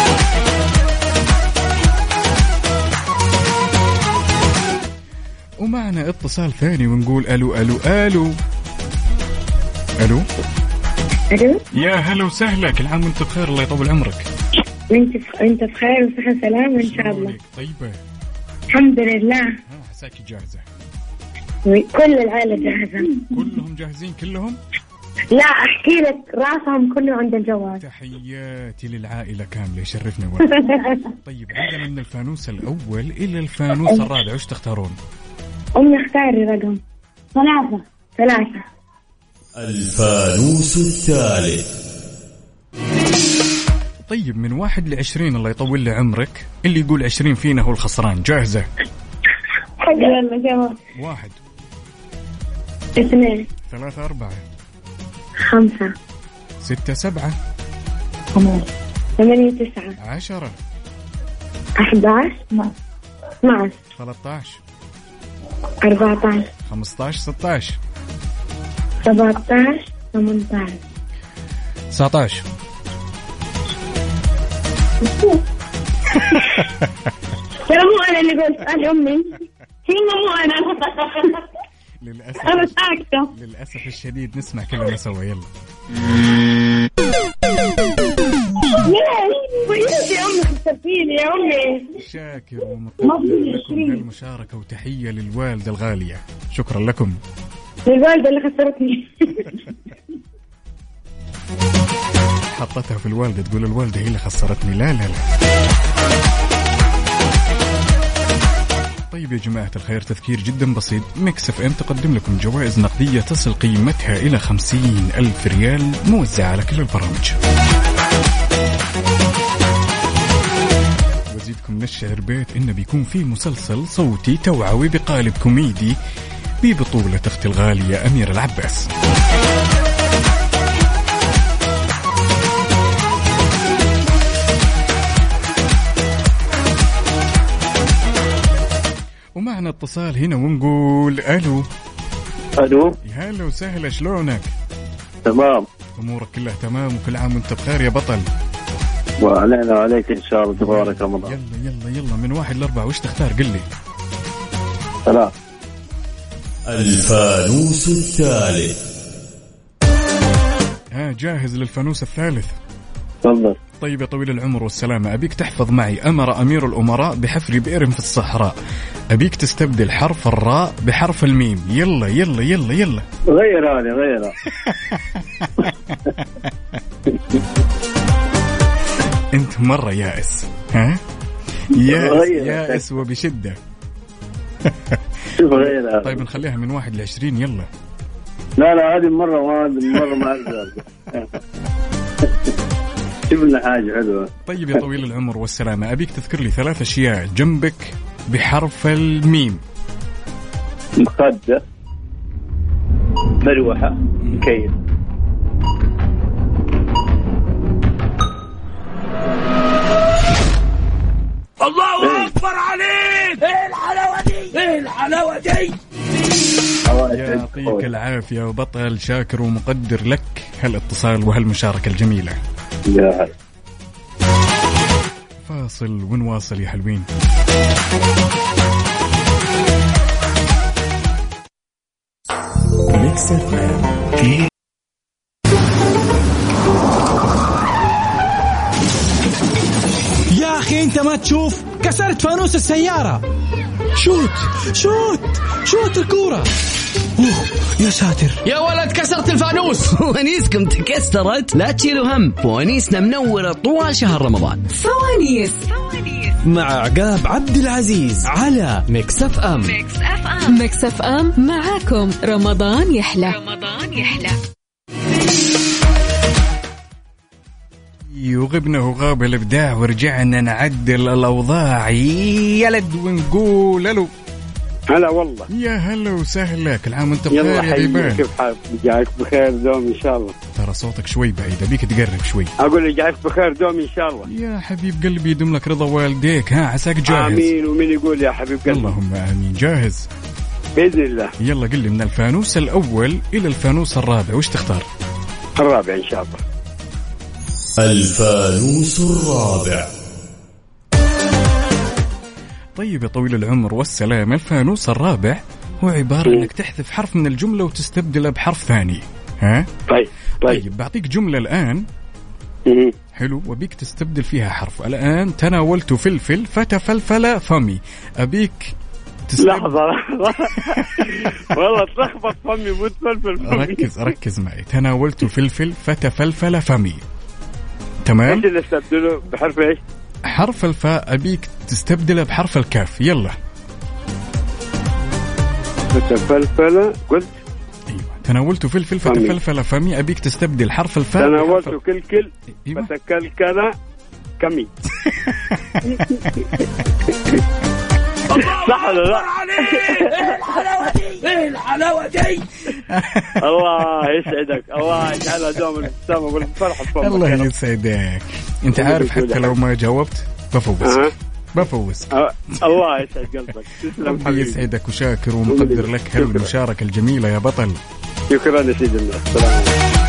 S5: ومعنا اتصال ثاني ونقول ألو ألو ألو ألو. يا هلا وسهلا. كل عام وانت بخير الله يطول عمرك.
S10: انت بخير وصحة سلام ان شاء الله.
S5: طيبة
S10: الحمد لله.
S5: حساكي جاهزة؟
S10: كل العائلة جاهزة.
S5: كلهم جاهزين كلهم؟
S10: لا احكي لك راسهم كله عند الجوال.
S5: تحياتي للعائلة كاملة يشرفني والله. طيب عندنا من الفانوس الأول إلى الفانوس الرابع وش تختارون؟
S10: أمي اختاري رقم 3.
S1: الفانوس الثالث.
S5: طيب من 1 ل20 الله يطول لي عمرك. اللي يقول 20 فينا هو الخسران. جاهزة؟
S10: يلا جواب.
S5: 1
S10: 2
S5: 3 4
S10: 5
S5: 6 7
S10: 8 9
S5: 10
S10: 11 12
S5: 13
S10: 14
S5: 15 16
S10: 17 18
S5: 19.
S10: ترى مو أنا اللي قلت أنا أمي. مو أنا.
S5: للأسف
S10: أنا ساكتة.
S5: للأسف الشديد نسمع كلنا سوا. يلا
S10: ليش يا أمي خسرتيني يا أمي؟
S5: شاكر ومقدر لكم هالمشاركة وتحية للوالدة الغالية. شكرا لكم.
S10: الوالدة اللي خسرتني.
S5: حطتها في الوالدة، تقول الوالدة هي اللي خسرتني. لا لا لا. طيب يا جماعة الخير، تذكير جدا بسيط. ميكس اف ام تقدم لكم جوائز نقدية تصل قيمتها إلى 50,000 ريال موزعة على كل البرامج. وزيدكم من الشعر بيت إنه بيكون في مسلسل صوتي توعوي بقالب كوميدي ببطولة أختي الغالية أميرة العباس. ومعنا اتصال هنا ونقول ألو.
S8: ألو.
S5: هلا وسهلا، شلونك؟
S8: تمام.
S5: أمورك كلها تمام وكل عام وانت بخير يا بطل.
S8: وعلينا وعليك إن شاء الله تبارك رمضان.
S5: يلا يلا يلا من 1 ل 4 وش تختار؟ قل لي.
S8: 3.
S2: الفانوس الثالث.
S5: جاهز للفانوس الثالث؟
S8: تفضل.
S5: طيب يا طويل العمر والسلامة، أبيك تحفظ معي. أمر أمير الأمراء بحفر بئر في الصحراء. أبيك تستبدل حرف الراء بحرف الميم. يلا يلا يلا يلا.
S8: غيرها لي غيرها.
S5: أنت مرة يائس. يائس وبشدة. طيب نخليها من 1 ل 20. يلا.
S8: لا هذه مرة ما أقدر. جبنا حاجة حلوة.
S5: طيب يا طويل العمر والسلامة، أبيك تذكر لي 3 أشياء جنبك بحرف الميم.
S8: مخدة، مروحة، كيف.
S2: الله أكبر عليك. إيه الحلاوة دي؟ إيه الحلاوة دي؟
S5: يعطيك العافية وبطل، شاكر ومقدر لك هالاتصال وهالمشاركة الجميلة.
S8: يا هلا.
S5: فاصل ونواصل يا حلوين.
S2: ميكس اف ام.
S1: يا أخي أنت ما تشوف؟ كسرت فانوس السيارة. شوت الكورة. يا ساتر
S3: يا ولد، كسرت الفانوس. فوانيسكم تكسرت؟ لا تشيلوا هم، فوانيسنا منورة طوال شهر رمضان.
S4: فوانيس
S1: مع عقاب عبد العزيز على ميكس اف ام.
S4: ميكس اف ام معاكم رمضان يحلى.
S5: وغبنا وغاب الإبداع ورجعنا نعدل الأوضاع يلد ونقول ألو.
S8: هلا والله.
S5: يا هلا وسهلا، كل عام وانت بخير يا غيبان.
S8: كيف حالك؟ جايك بخير دوم إن شاء الله.
S5: ترى صوتك شوي بعيد، أبيك تقرب شوي.
S8: أقول لي جايك بخير دوم إن شاء الله.
S5: يا حبيب قلبي يدوم لك رضا والديك. عساك جاهز؟
S8: آمين. ومين يقول يا حبيب قلبي؟
S5: اللهم آمين. جاهز
S8: بإذن الله.
S5: يلا قل لي من الفانوس الأول إلى الفانوس الرابع وش تختار؟
S8: الرابع إن شاء الله.
S2: الفانوس الرابع.
S5: طيب يا طويل العمر والسلام، الفانوس الرابع هو عبارة انك تحذف حرف من الجملة وتستبدله بحرف ثاني. طيب بعطيك جملة الآن. حلو، وبيك تستبدل فيها حرف. الآن تناولت فلفل فتفلفل فمي. أبيك
S8: لحظة والله تلخبط فمي متفلفل فمي.
S5: ركز معي. تناولت فلفل فتفلفل فمي. تمام.
S8: ايش اللي استبدله بحرف ايش؟
S5: حرف الفاء أبيك تستبدله بحرف الكاف. يلا.
S8: فتفلفل قلت.
S5: أيوة. تناولت فلفل فتفلفل فمي. أبيك تستبدل حرف الفاء.
S8: تناولت كلكل. أيوة. فتكلكل كمي. صح ولا لا؟
S2: ايه الحلاوة دي؟
S8: الله يسعدك، الله يجعلها دوم الابتسامة والفرحة.
S5: الله يسعدك. انت عارف حتى لو ما جاوبت بفوز.
S8: الله يسعد قلبك. تسلم حبيبي.
S5: يسعدك وشاكر ومقدر لك هالمشاركة الجميلة يا بطل.
S8: شكرا يا سيدي. السلام.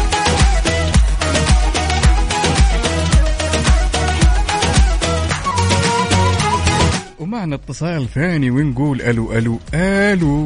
S5: ومعنا اتصال ثاني ونقول ألو. ألو ألو.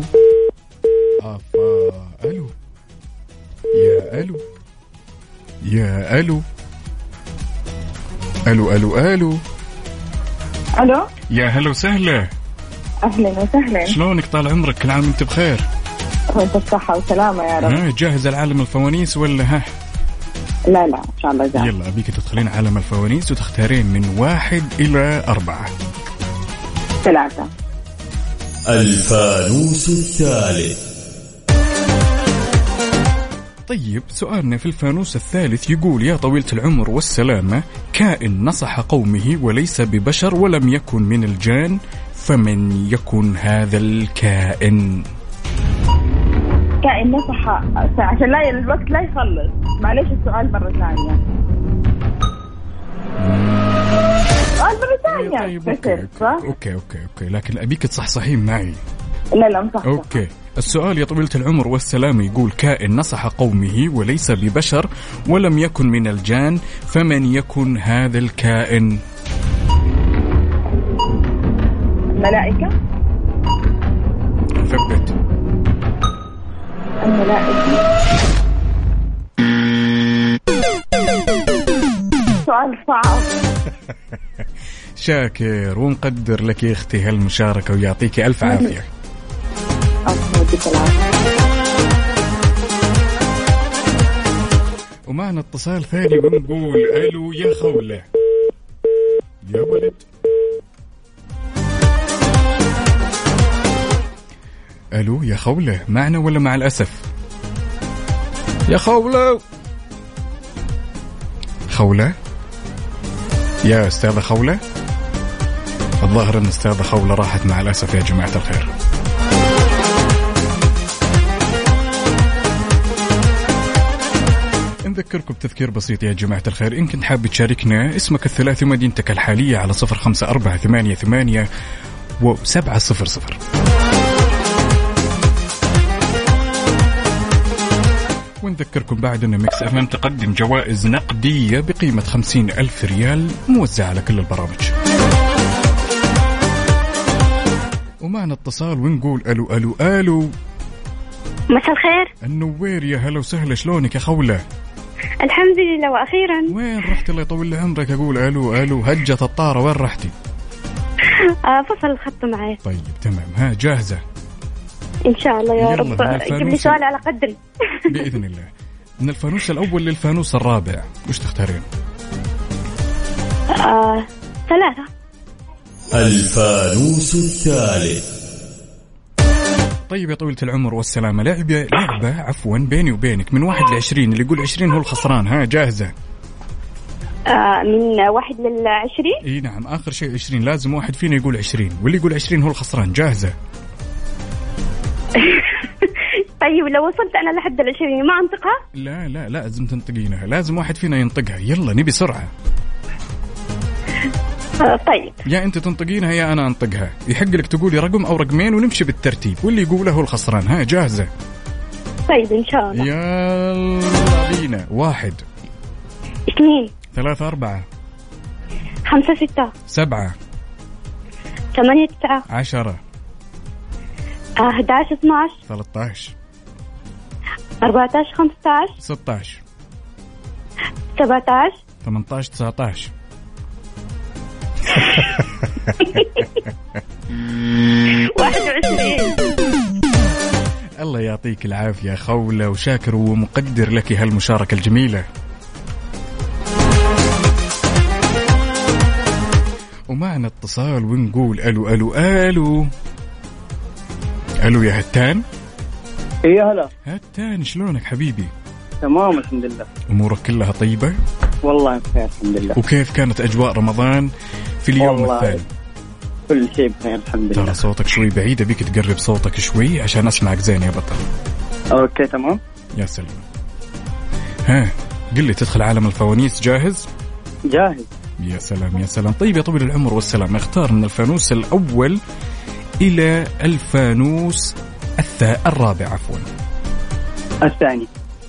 S5: ألو. يا ألو. ألو ألو ألو.
S6: ألو
S5: يا هلا وسهلا.
S6: أهلا وسهلا.
S5: شلونك؟ طال عمرك، كل عام وانت بخير.
S6: وانت بصحة وسلامة يا رب.
S5: جاهز العالم الفوانيس ولا ها؟
S6: لا إن شاء الله جاهز.
S5: يلا أبيك تدخلين عالم الفوانيس وتختارين من 1 إلى 4.
S6: 3.
S1: الفانوس الثالث.
S5: طيب سؤالنا في الفانوس الثالث يقول: يا طويلة العمر والسلامة، كائن نصح قومه وليس ببشر ولم يكن من الجان، فمن يكن هذا الكائن؟
S6: كائن نصح عشان لا الوقت لا يخلص، معليش السؤال مرة ثانية. سؤال مرة ثانية.
S5: طيب أوكي لكن أبيك تصحصحين معي.
S6: لا مصحصح.
S5: أوكي. السؤال يا طويلة العمر والسلام يقول: كائن نصح قومه وليس ببشر ولم يكن من الجان، فمن يكن هذا الكائن؟
S6: الملائكة.
S5: ثبت.
S6: الملائكة. سؤال صعب.
S5: شاكر ونقدر لك يا اختي هالمشاركة ويعطيك ألف عافية. ومعنا اتصال ثاني ونقول: ألو يا خولة. يا ولد. ألو يا خولة، معنا ولا مع الأسف؟ يا خولة. خولة يا أستاذة خولة. الظاهر أن أستاذة خولة راحت مع الأسف يا جماعة الخير. نذكركم بتذكير بسيط يا جماعة الخير، إن كنت حاب تشاركنا اسمك الثلاثي ومدينتك الحالية على 0548811700. ونذكركم بعد أن ميكس اف ام تقدم جوائز نقدية بقيمة 50,000 ريال موزعة على كل البرامج. ومعنا اتصال ونقول: ألو ألو ألو.
S10: مساء الخير.
S5: النوير، يا هلا وسهلا. شلونك يا خولة؟
S10: الحمد لله. وأخيرا
S5: وين رحت؟ الله يطول لي عمرك. أقول ألو ألو هجت الطارة، وين رحتي؟
S10: فصل الخط معي.
S5: طيب تمام. ها جاهزة
S10: إن شاء الله يا رب. جيب لي سؤال على قدري.
S5: بإذن الله. من الفانوس الأول للفانوس الرابع وش تختارين؟
S10: 3.
S1: الفانوس الثالث.
S5: طيب يا طويلة العمر والسلامة، لعبة بيني وبينك من 1 ل20، اللي يقول 20 هو الخسران. ها جاهزة؟
S10: من 1 ل20.
S5: اي نعم، آخر شيء 20. لازم واحد فينا يقول 20، واللي يقول 20 هو الخسران. جاهزة؟
S10: طيب لو وصلت أنا لحد 20 ما أنطقها؟
S5: لا لازم تنطقينها، لازم واحد فينا ينطقها. يلا نبي سرعة.
S10: طيب
S5: يا أنت تنطقينها يا أنا أنطقها. يحق لك تقولي رقم أو رقمين ونمشي بالترتيب، واللي يقوله هو الخسران. ها جاهزة؟
S10: طيب إن شاء الله.
S5: يلا بينا. 1
S10: 2
S5: 3 4
S10: 5 6
S5: 7
S10: 8 9
S5: 10
S10: 11 12
S5: 13
S10: 14 15
S5: 16
S10: 17
S5: 18 19
S10: 21.
S5: الله يعطيك العافية خولة، وشاكر ومقدر لك هالمشاركة الجميلة. ومعنا اتصال ونقول: ألو ألو ألو. ألو يا هتان.
S9: يا هلا
S5: هتان، شلونك حبيبي؟
S9: تمام الحمد لله.
S5: أمورك كلها طيبة؟
S9: والله بخير الحمد لله.
S5: وكيف كانت أجواء رمضان في اليوم الثاني؟
S9: كل شيء بخير الحمد لله.
S5: ترى صوتك شوي بعيد، بيك تقرب صوتك شوي عشان أسمعك زين يا بطل.
S9: أوكي تمام.
S5: يا سلام. ها قل لي، تدخل عالم الفوانيس جاهز؟
S9: جاهز.
S5: يا سلام يا سلام. طيب يا طويل العمر والسلام، اختار من الفانوس الأول إلى الفانوس الرابع عفوا.
S9: الثاني.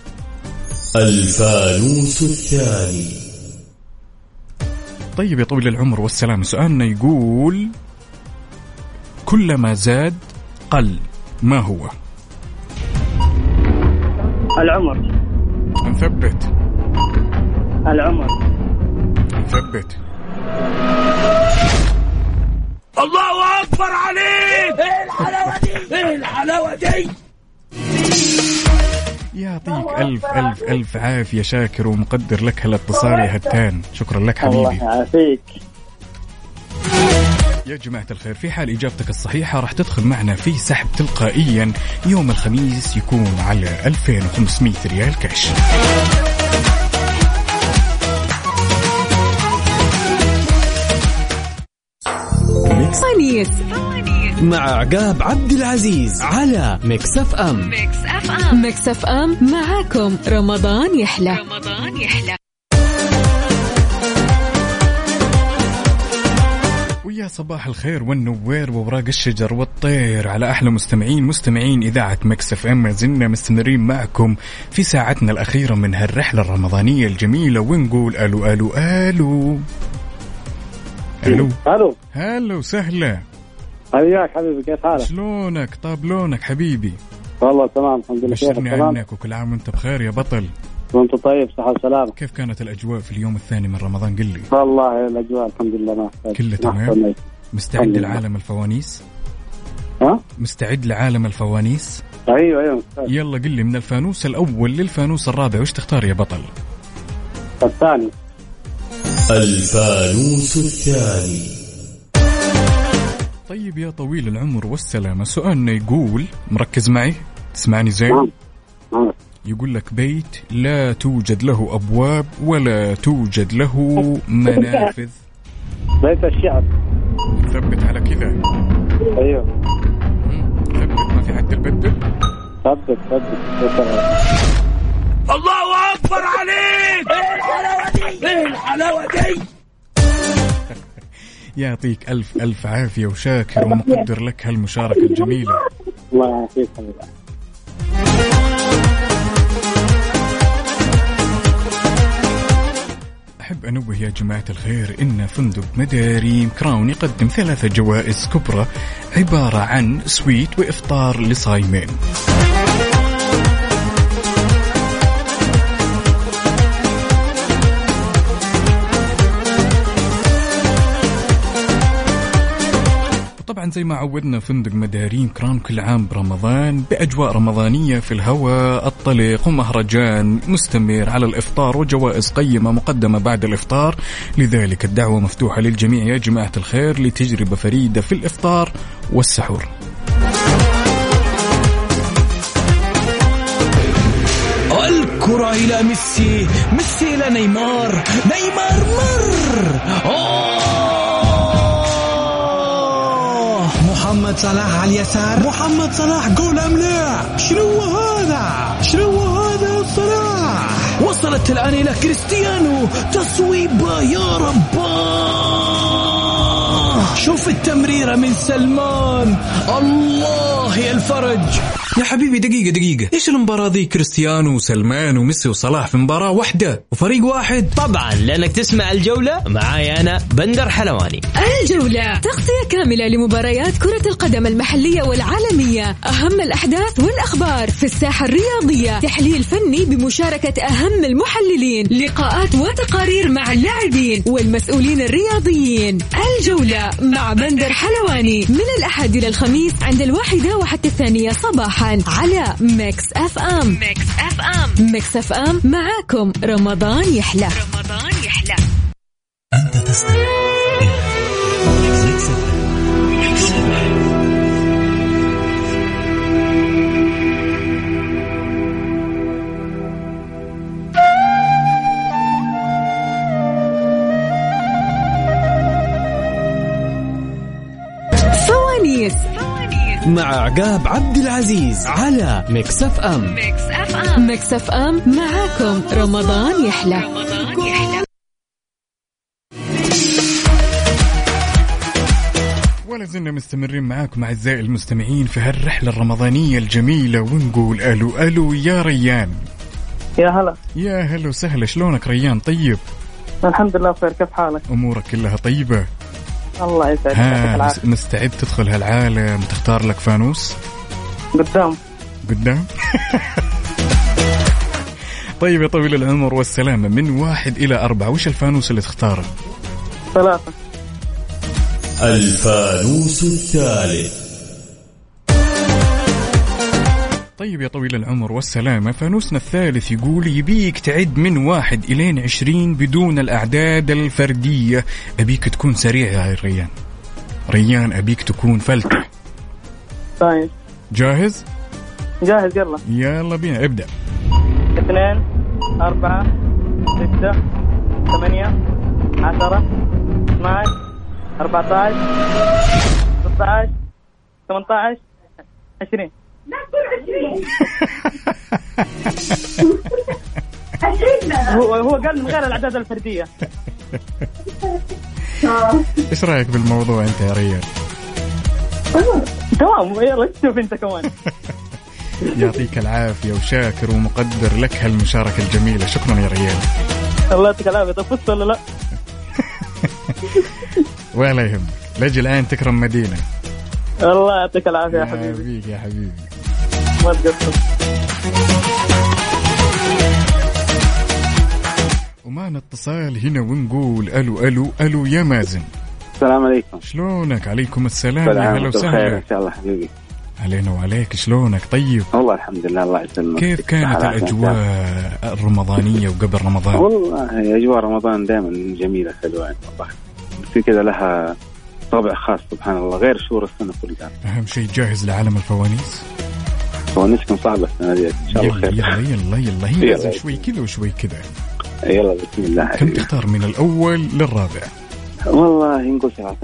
S1: الفانوس الثاني.
S5: طيب يا طويل العمر والسلام، سؤالنا يقول: كلما زاد قل، ما هو؟
S9: العمر.
S5: نثبت.
S9: العمر.
S5: نثبت.
S2: دي.
S5: يعطيك ألف عافية شاكر ومقدر لك هالاتصال يا هتان. شكرا لك حبيبي.
S9: الله يعافيك.
S5: يا جماعة الخير، في حال إجابتك الصحيحة راح تدخل معنا في سحب تلقائيا يوم الخميس، يكون على 2500 ريال كاش.
S4: فوانيس
S1: مع عقاب عبد العزيز على ميكس اف ام.
S4: ميكس اف ام معاكم رمضان يحلى.
S5: ويا صباح الخير والنوير ووراق الشجر والطير على أحلى مستمعين إذاعة ميكس اف ام. ما زلنا مستمرين معكم في ساعتنا الأخيرة من هالرحلة الرمضانية الجميلة، ونقول ألو ألو ألو ألو
S8: ألو.
S5: هلا وسهلا.
S8: حياك حبيبي، كيف حالك؟
S5: شلونك؟ طاب لونك حبيبي.
S8: والله تمام الحمد لله.
S5: بشرني عنك وكل عام وانت بخير يا بطل.
S8: وانت طيب، صحة وسلامة.
S5: كيف كانت الأجواء في اليوم الثاني من رمضان؟ قل لي.
S8: والله الأجواء الحمد لله ما
S5: كله تمام. مستعد لعالم الفوانيس؟
S8: ها؟
S5: مستعد لعالم الفوانيس؟
S8: ايوه مستعد.
S5: يلا قل لي من الفانوس الأول للفانوس الرابع وش تختار يا بطل؟
S8: الثاني.
S2: الفانوس الثاني.
S5: طيب يا طويل العمر والسلامة، سؤالنا يقول، مركز معي تسمعني زين؟ يقول لك بيت لا توجد له أبواب ولا توجد له منافذ.
S8: بيت الشعر.
S5: ثبت على كذا.
S8: ايوه
S5: ثبت، ما في حد تبدل.
S8: ثبت.
S2: الله أكبر عليك. ايه الحلاوة دي.
S5: يعطيك ألف عافية وشاكر ومقدر لك هالمشاركة الجميلة.
S8: الله يعافيك حبيبي.
S5: أحب أنوه يا جماعة الخير إن فندق مداريم كراون يقدم 3 جوائز كبرى عبارة عن سويت وإفطار لصايمين. طبعا زي ما عودنا فندق مداريم كرام كل عام برمضان بأجواء رمضانية في الهواء الطلق ومهرجان مستمر على الإفطار وجوائز قيمة مقدمة بعد الإفطار. لذلك الدعوة مفتوحة للجميع يا جماعة الخير لتجربة فريدة في الإفطار والسحور.
S2: الكرة إلى ميسي إلى نيمار مر. محمد صلاح على اليسار، محمد صلاح جول أم لا؟ شنو هذا صلاح؟ وصلت الآن إلى كريستيانو، تصويبة يا رباه. شوف التمريرة من سلمان، الله يا الفرج.
S11: يا حبيبي دقيقة، إيش المباراة ذي؟ كريستيانو وسلمان وميسي وصلاح في مباراة واحدة وفريق واحد؟
S12: طبعا لأنك تسمع الجولة معاي أنا بندر حلواني.
S4: الجولة تغطية كاملة لمباريات كرة القدم المحلية والعالمية، أهم الأحداث والأخبار في الساحة الرياضية، تحليل فني بمشاركة أهم المحللين، لقاءات وتقارير مع اللاعبين والمسؤولين الرياضيين. الجولة مع بندر حلواني من الأحد إلى الخميس عند 1 وحتى 2 صباحا على ميكس اف ام. ميكس اف ام معاكم رمضان يحلى.
S2: أنت تستمع إلى ميكس اف ام.
S4: فوانيس
S1: مع عقاب عبد العزيز على ميكس اف ام.
S4: ميكس اف ام معاكم رمضان يحلى.
S5: ولا زلنا مستمرين معاكم أعزائي المستمعين في هالرحلة الرمضانية الجميلة، ونقول ألو ألو يا ريان.
S9: يا
S5: هلا وسهلا. شلونك ريان؟ طيب
S9: الحمد لله بخير، كيف حالك؟
S5: أمورك كلها طيبة؟
S9: الله يسعدك.
S5: مستعد تدخل هالعالم تختار لك فانوس؟
S9: قدام
S5: طيب يا طويل العمر والسلامة، من 1 إلى 4 وش الفانوس اللي تختاره؟
S9: 3.
S2: الفانوس الثالث.
S5: طيب يا طويل العمر والسلامة، فانوسنا الثالث يقول يبيك تعد من 1 إلى 20 بدون الأعداد الفردية. أبيك تكون سريع يا ريان. ريان أبيك تكون فلتة.
S9: طيب
S5: جاهز؟
S9: جاهز يلا.
S5: يلا بينا ابدأ.
S9: 2 4 6 8 10 12 14 16 18 20. هو قال من غير الأعداد الفردية.
S5: إيش رأيك بالموضوع أنت يا ريان؟
S9: تمام يلا شوف أنت كمان.
S5: يعطيك العافية وشاكر ومقدر لك هالمشاركة الجميلة. شكرا يا ريان.
S9: الله يعطيك العافية. تفزت ولا لا؟
S5: ولا يهمك، لجي الآن تكرم مدينة.
S9: الله يعطيك العافية يا حبيبي.
S5: يا حبيبي
S9: ما تقصر.
S5: ومعنا اتصال هنا ونقول ألو يا مازن.
S13: السلام عليكم.
S5: شلونك؟ عليكم السلام. يا هلا وسهلا.
S13: إن شاء الله حبيبي.
S5: علينا وعليك. شلونك؟ طيب
S13: والله الحمد لله. الله يسلمك.
S5: كيف كانت الأجواء الرمضانية وقبل رمضان؟
S13: والله أجواء رمضان دائما جميلة حلوة والله، بس كذا لها طابع خاص سبحان الله غير شهور السنة كلها.
S5: أهم شيء جاهز لعالم الفوانيس؟
S13: فوانيسكم صعبة السنة دي إن شاء الله خير.
S5: يلا هي شوي كذا وشوي كذا.
S13: يلا بسم الله.
S5: كم تختار من الأول للرابع؟
S13: والله نقول 7.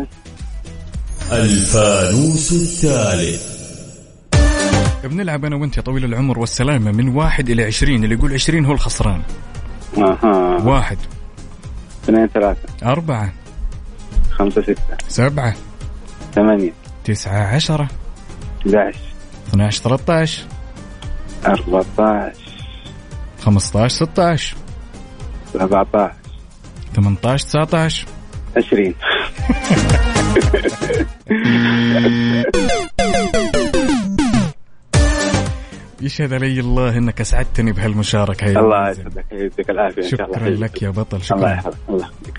S1: الفانوس الثالث.
S5: بنلعب أنا وأنت يا طويل العمر والسلامة من 1 إلى 20. اللي يقول 20 هو الخسران. 1
S13: 2 3
S5: 4
S13: 5 6
S5: 7
S13: 8
S5: 9 10
S13: 11
S5: 12 13
S13: 14
S5: 15 16
S13: 17
S5: 18 19
S13: 20.
S5: يشهد علي الله انك اسعدتني بهالمشاركه.
S13: الله يسعدك ويعطيك العافيه.
S5: شكرا لك يا بطل. شكرا.
S13: الله يحفظك. الله يحفظك.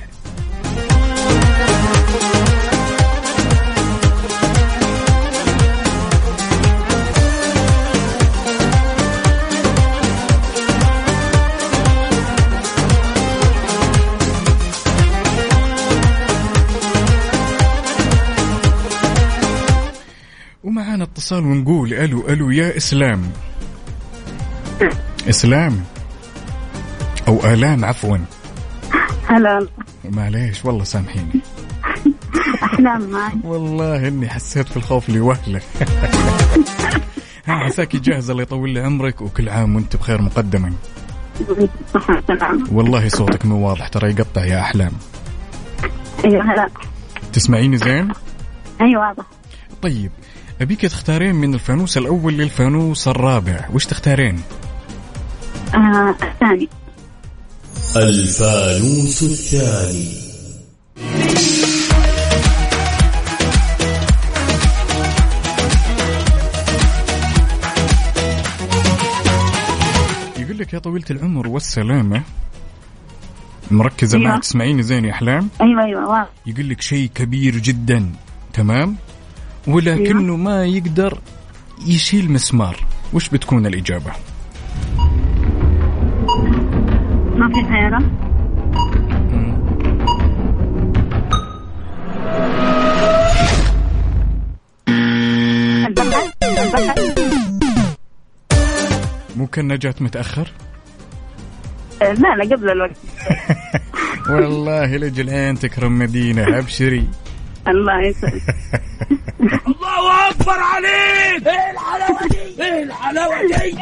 S5: ومعانا اتصال ونقول ألو يا إسلام. إسلام أو آلام عفوا.
S6: هلا.
S5: معليش والله سامحيني.
S6: أحلام معي.
S5: والله إني حسيت في الخوف لوهلة. عساكي جاهزة اللي يطول لي عمرك وكل عام وانت بخير مقدما. والله صوتك مو واضح ترى يقطع يا أحلام.
S6: أيوة هلا.
S5: تسمعيني زين؟
S6: أيوة واضح.
S5: طيب أبيك تختارين من الفانوس الأول للفانوس الرابع، وش تختارين؟
S6: الثاني.
S1: الفانوس الثاني. يقول لك يا طويلة العمر والسلامة، مركزة معك تسمعيني زين يا أحلام؟
S6: أيوة واضح.
S5: يقول لك شيء كبير جدا تمام، ولكنه ما يقدر يشيل مسمار. وش بتكون الإجابة؟
S6: ما في خيارات. البحر.
S5: ممكن نجات متأخر؟
S6: لا قبل الوقت.
S5: والله لجل الآن تكرم مدينة. أبشري.
S6: الله يسعدك.
S2: الله أكبر عليك. إيه الحلاوة دي؟ إيه الحلاوة دي؟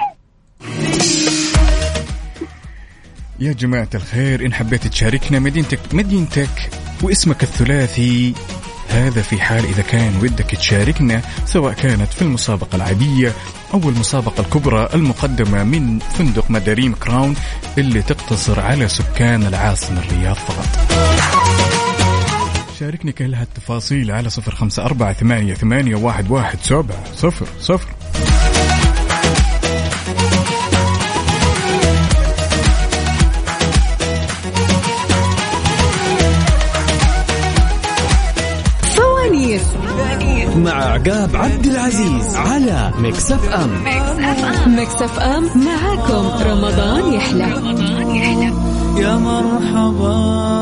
S5: يا جماعة الخير، إن حبيت تشاركنا مدينتك واسمك الثلاثي، هذا في حال إذا كان ودك تشاركنا سواء كانت في المسابقة العادية أو المسابقة الكبرى المقدمة من فندق مداريم كراون اللي تقتصر على سكان العاصمة الرياض فقط. شاركني كل هالتفاصيل على 0548811700.
S4: ونيس
S3: مع عقاب عبد العزيز على ميكس اف ام.
S4: ميكس اف ام معاكم رمضان يحلى.
S2: يا مرحبا.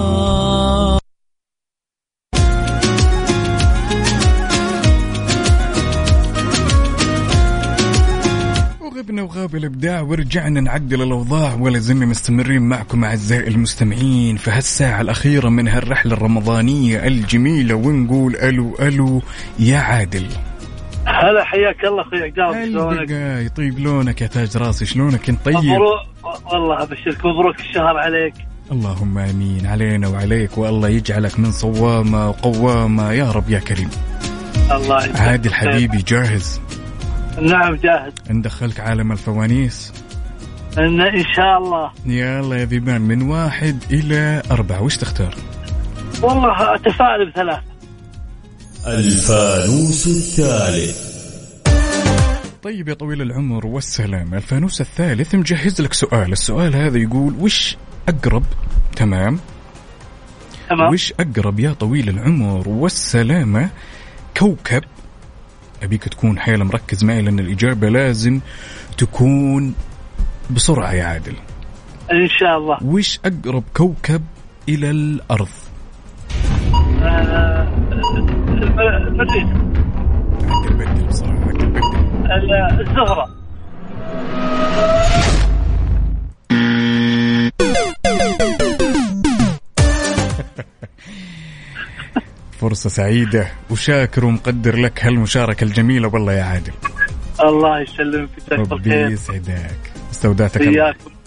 S5: وغاب الإبداع ورجعنا نعدل الأوضاع ولا زلنا مستمرين معكم أعزائي المستمعين في هالساعة الأخيرة من هالرحلة الرمضانية الجميلة، ونقول ألو ألو يا عادل.
S8: هلا حياك الله أخوي عقاب، شلونك؟
S5: يطيب لونك يا تاج راسي، شلونك انت؟ طيب
S8: مبروك والله، أبشرك مبروك الشهر عليك.
S5: اللهم آمين علينا وعليك، والله يجعلك من صوامة وقوامة يا رب يا كريم.
S8: الله يجعلك.
S5: عادل حبيبي جاهز؟
S8: نعم جاهز.
S5: ندخلك عالم الفوانيس
S8: إن شاء الله.
S5: يلا يا ذيبان، من 1 إلى 4 وش تختار؟
S8: والله أتفائل ب3.
S2: الفانوس الثالث.
S5: طيب يا طويل العمر والسلام، الفانوس الثالث مجهز لك سؤال. السؤال هذا يقول وش أقرب، تمام؟ وش أقرب يا طويل العمر والسلامة كوكب، أبيك تكون حيل مركز معي لأن الإجابة لازم تكون بسرعة يا عادل.
S8: إن شاء الله.
S5: وش أقرب كوكب إلى الأرض؟
S8: المريخ.
S5: عادل بدل بصراحة، عادل بدل.
S8: الزهرة.
S5: فرصة سعيدة وشاكر ومقدر لك هالمشاركة الجميلة والله يا عادل.
S8: الله يسلمك،
S5: ربي يسعدك، استودعتك الله.